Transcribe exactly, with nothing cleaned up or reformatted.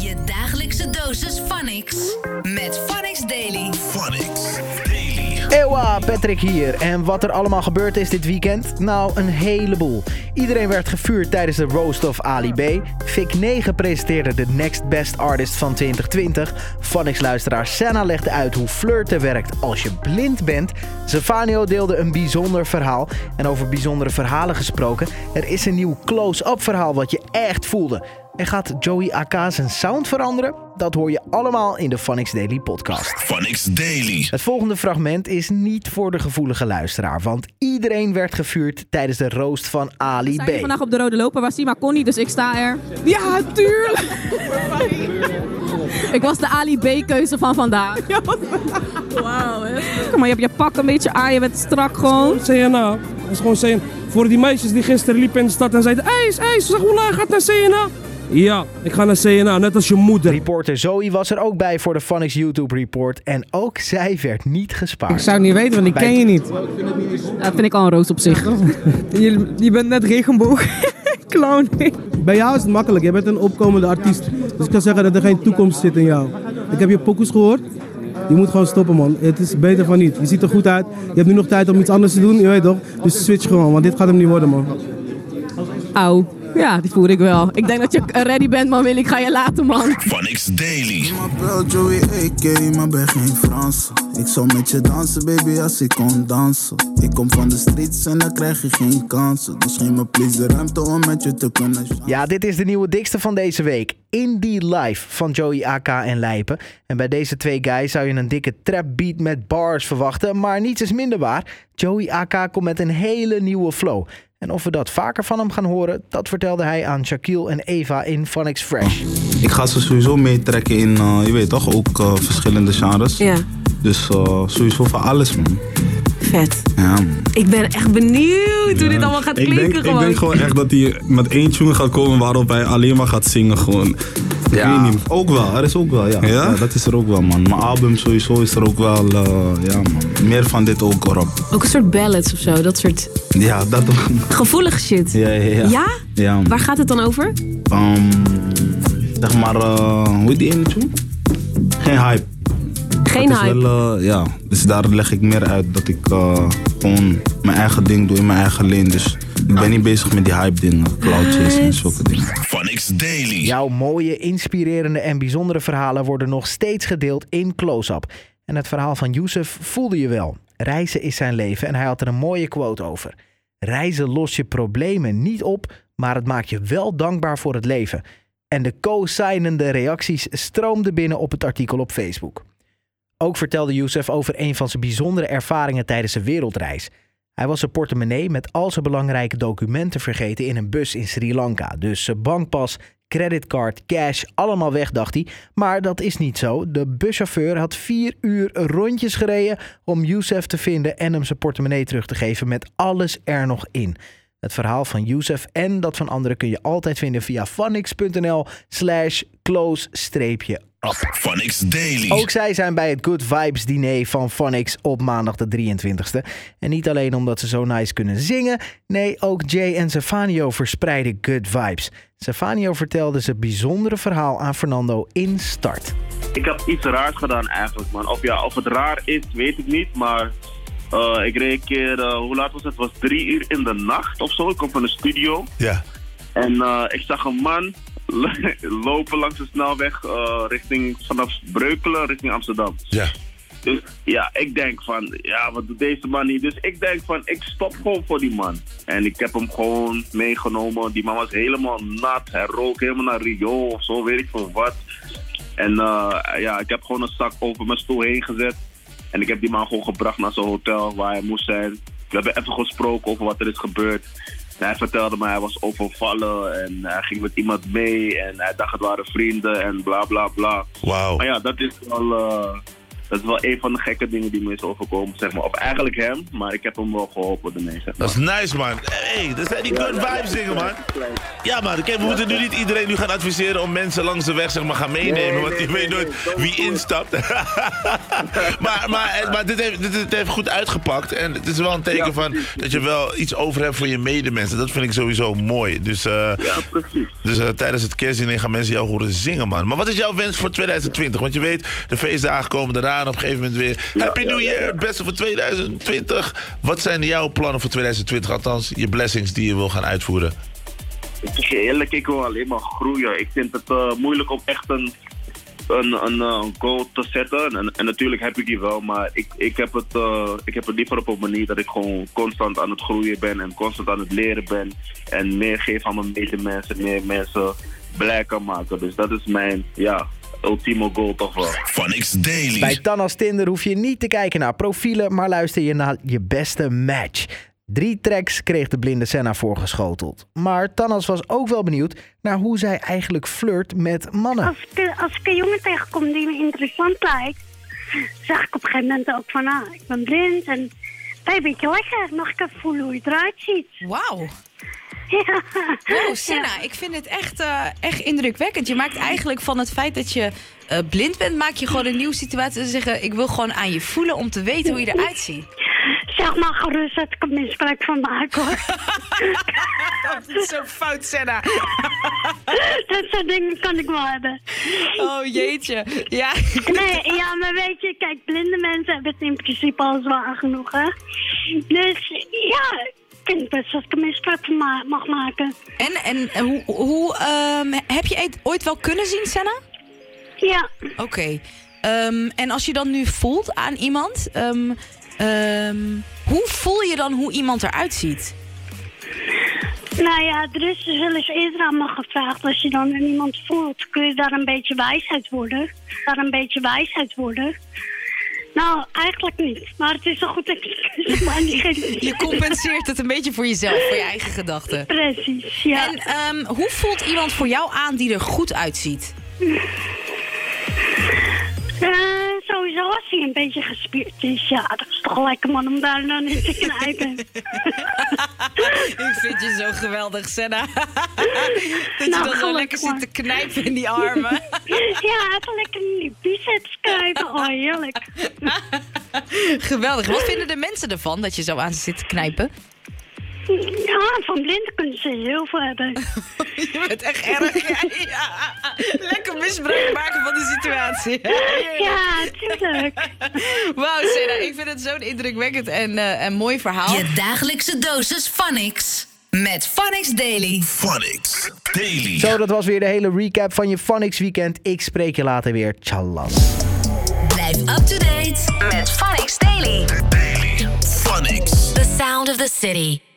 Je dagelijkse dosis Phonics met Phonics Daily. Phonics Daily. Ewa, Patrick hier. En wat er allemaal gebeurd is dit weekend? Nou, een heleboel. Iedereen werd gevuurd tijdens de Roast of Ali B. Vic negen presenteerde de Next Best Artist van twintig twintig. Phonics-luisteraar Senna legde uit hoe flirten werkt als je blind bent. Zefanio deelde een bijzonder verhaal. En over bijzondere verhalen gesproken, er is een nieuw close-up verhaal wat je echt voelde. En gaat Joey A K zijn sound veranderen? Dat hoor je allemaal in de Phonics Daily podcast. Phonics Daily. Het volgende fragment is niet voor de gevoelige luisteraar, want iedereen werd gevuurd tijdens de roast van Ali B. We zijn vandaag op de rode loper, was hij maar kon niet, dus ik sta er. Ja, tuurlijk! Ik was de Ali B-keuze van vandaag. Wauw, hè? Kom maar, je hebt je pak een beetje aan, je bent strak gewoon. C N A. Dat is gewoon C N A. Voor die meisjes die gisteren liepen in de stad en zeiden: IJs, IJs, zeg, hoe laat gaat naar C N A? Ja, ik ga naar C N A, net als je moeder. Reporter Zoe was er ook bij voor de Phonics YouTube Report en ook zij werd niet gespaard. Ik zou het niet weten, want ik ken je niet. Dat vind ik al een roos op zich. Je, je bent net regenboog. Clown. Bij jou is het makkelijk, je bent een opkomende artiest. Dus ik kan zeggen dat er geen toekomst zit in jou. Ik heb je pokoes gehoord. Je moet gewoon stoppen, man. Het is beter van niet. Je ziet er goed uit. Je hebt nu nog tijd om iets anders te doen, je weet toch? Dus switch gewoon, want dit gaat hem niet worden, man. Auw. Ja, die voel ik wel. Ik denk dat je ready bent, man. Wil ik ga je laten, man. Phonics Daily. Ik bel Joey A K, maar ben geen Frans. Ik zou met je dansen, baby, als ik kon dansen. Ik kom van de streets en dan krijg je geen kansen. Dus geef me please de ruimte om met je te kunnen. Ja, dit is de nieuwe dikste van deze week. Indie Live van Joey A K en Lijpen. En bij deze twee guys zou je een dikke trap beat met bars verwachten. Maar niets is minder waar. Joey A K komt met een hele nieuwe flow. En of we dat vaker van hem gaan horen, dat vertelde hij aan Shaquille en Eva in Phonics Fresh. Ik ga ze sowieso meetrekken in, uh, je weet toch, ook uh, verschillende genres. Ja. Dus uh, sowieso van alles, man. Vet. Ja, man. Ik ben echt benieuwd hoe dit allemaal gaat ik klinken denk, gewoon. Ik denk gewoon echt dat hij met één tune gaat komen waarop hij alleen maar gaat zingen gewoon. Ja, ik weet niet. ook wel. Er is ook wel, ja. Ja? Ja, dat is er ook wel, man. Mijn album sowieso is er ook wel, uh, ja, man. Meer van dit ook erop. Ook een soort ballads of zo, dat soort Ja, dat ook. gevoelige shit. Ja, ja, ja. Ja? Ja, man. Waar gaat het dan over? Um, zeg maar, uh, hoe heet die ene tune? Geen hype. Geen dat is hype. Wel, uh, ja, dus daar leg ik meer uit dat ik uh, gewoon mijn eigen ding doe in mijn eigen lane. Dus ik ben niet bezig met die hype dingen, cloud chasing en zulke dingen. Phonics Daily. Jouw mooie, inspirerende en bijzondere verhalen worden nog steeds gedeeld in Close-Up. En het verhaal van Youssef voelde je wel. Reizen is zijn leven en hij had er een mooie quote over. Reizen lost je problemen niet op, maar het maakt je wel dankbaar voor het leven. En de co-signende reacties stroomden binnen op het artikel op Facebook. Ook vertelde Youssef over een van zijn bijzondere ervaringen tijdens zijn wereldreis. Hij was zijn portemonnee met al zijn belangrijke documenten vergeten in een bus in Sri Lanka. Dus zijn bankpas, creditcard, cash, allemaal weg, dacht hij. Maar dat is niet zo. De buschauffeur had vier uur rondjes gereden om Youssef te vinden en hem zijn portemonnee terug te geven met alles er nog in. Het verhaal van Youssef en dat van anderen kun je altijd vinden via phonics.nl slash close streepje up. Phonics Daily. Ook zij zijn bij het Good Vibes diner van Phonics op maandag de drieëntwintigste. En niet alleen omdat ze zo nice kunnen zingen. Nee, ook Jay en Zefanio verspreiden Good Vibes. Zefanio vertelde zijn bijzondere verhaal aan Fernando in Start. Ik heb iets raars gedaan eigenlijk, man. Of, ja, of het raar is, weet ik niet, maar... Uh, ik reed een keer, uh, hoe laat was het? Het was drie uur in de nacht of zo. Ik kom van de studio. Ja. En uh, ik zag een man lopen langs de snelweg uh, richting, vanaf Breukelen richting Amsterdam. Ja. Dus ja, ik denk van, ja, wat doet deze man niet? Dus ik denk van, ik stop gewoon voor die man. En ik heb hem gewoon meegenomen. Die man was helemaal nat. Hij rook helemaal naar Rio of zo, weet ik veel wat. En uh, ja, ik heb gewoon een zak over mijn stoel heen gezet. En ik heb die man gewoon gebracht naar zijn hotel waar hij moest zijn. We hebben even gesproken over wat er is gebeurd. En hij vertelde me, hij was overvallen en hij ging met iemand mee. En hij dacht het waren vrienden en bla bla bla. Wauw. Maar ja, dat is wel... Uh, dat is wel een van de gekke dingen die me is overkomen, zeg maar. Of eigenlijk hem, maar ik heb hem wel geholpen ermee, zeg maar. Dat is nice, man. Hey, dat zijn die good vibes dingen, man. Ja, man. Kijk, we moeten nu niet iedereen nu gaan adviseren om mensen langs de weg, zeg maar, gaan meenemen. Nee, nee, want je nee, weet nooit nee, wie instapt. maar maar, maar dit, heeft, dit, dit heeft goed uitgepakt. En het is wel een teken ja, van dat je wel iets over hebt voor je medemensen. Dat vind ik sowieso mooi. Dus, uh, ja, precies. Dus uh, tijdens het kerstdiner gaan mensen jou horen zingen, man. Maar wat is jouw wens voor twintig twintig? Want je weet, de feestdagen komen eraan op een gegeven moment weer. Ja, Happy New Year, het beste voor twintig twintig. Wat zijn jouw plannen voor twintig twintig? Althans, je blessings die je wil gaan uitvoeren. Ik zeg je eerlijk, ik wil alleen maar groeien. Ik vind het uh, moeilijk om echt een, een, een, een goal te zetten. En, en natuurlijk heb ik die wel, maar ik, ik, heb het, uh, ik heb het liever op een manier dat ik gewoon constant aan het groeien ben en constant aan het leren ben. En meer geef aan mijn medemensen, meer mensen blij kan maken. Dus dat is mijn, ja, ultieme goal toch wel. Phonics Daily. Bij Tannas Tinder hoef je niet te kijken naar profielen, maar luister je naar je beste match. Drie tracks kreeg de blinde Senna voorgeschoteld. Maar Tannas was ook wel benieuwd naar hoe zij eigenlijk flirt met mannen. Als ik, als ik een jongen tegenkom die me interessant lijkt, zeg ik op een gegeven moment ook van, ah, ik ben blind en hey, beetje lekker, mag ik even voelen hoe je eruit ziet. Wauw. Ja. Wow, Senna, ja. Ik vind het echt, uh, echt indrukwekkend. Je maakt eigenlijk van het feit dat je uh, blind bent, maak je gewoon een nieuwe situatie. Te zeggen, ik wil gewoon aan je voelen om te weten hoe je eruit ziet. Zeg maar gerust dat ik er misbruik van maak, hoor. Dat is zo fout, Senna. Dat soort dingen kan ik wel hebben. Oh, jeetje. Ja. Nee, ja, maar weet je, kijk, blinde mensen hebben het in principe al zwaar genoeg, hè. Dus, ja, ik vind best dat ik er misbruik van ma- mag maken. En, en hoe, hoe um, heb je ooit wel kunnen zien, Senna? Ja. Oké. Okay. Um, en als je dan nu voelt aan iemand... Um, Um, hoe voel je dan hoe iemand eruit ziet? Nou ja, er is dus wel eens eerder aan me gevraagd. Als je dan iemand voelt, kun je daar een beetje wijs uit worden. Daar een beetje wijs uit worden. Nou, eigenlijk niet. Maar het is een goed excuus. Maar niet... Je compenseert het een beetje voor jezelf, voor je eigen gedachten. Precies, ja. En um, hoe voelt iemand voor jou aan die er goed uitziet? Uh, sowieso als hij een beetje gespierd is, ja, dat is toch lekker man om daar dan in te knijpen. Ik vind je zo geweldig, Senna. Dat nou, je dan zo lekker man. zit te knijpen in die armen. Ja, even lekker in die biceps knijpen, oh heerlijk. Geweldig, wat vinden de mensen ervan dat je zo aan ze zit te knijpen? Ja, van blinden kunnen ze heel veel hebben. Je bent echt erg, ja. Ja. Lekker misbruik maken van de situatie. Ja, tuurlijk. Wauw, Senna, ik vind het zo'n indrukwekkend en, uh, en mooi verhaal. Je dagelijkse dosis Phonics. Met Phonics Daily. Phonics Daily. Zo, dat was weer de hele recap van je Phonics weekend. Ik spreek je later weer. Tjallas. Blijf up to date met Phonics Daily. Daily. Phonics. The sound of the city.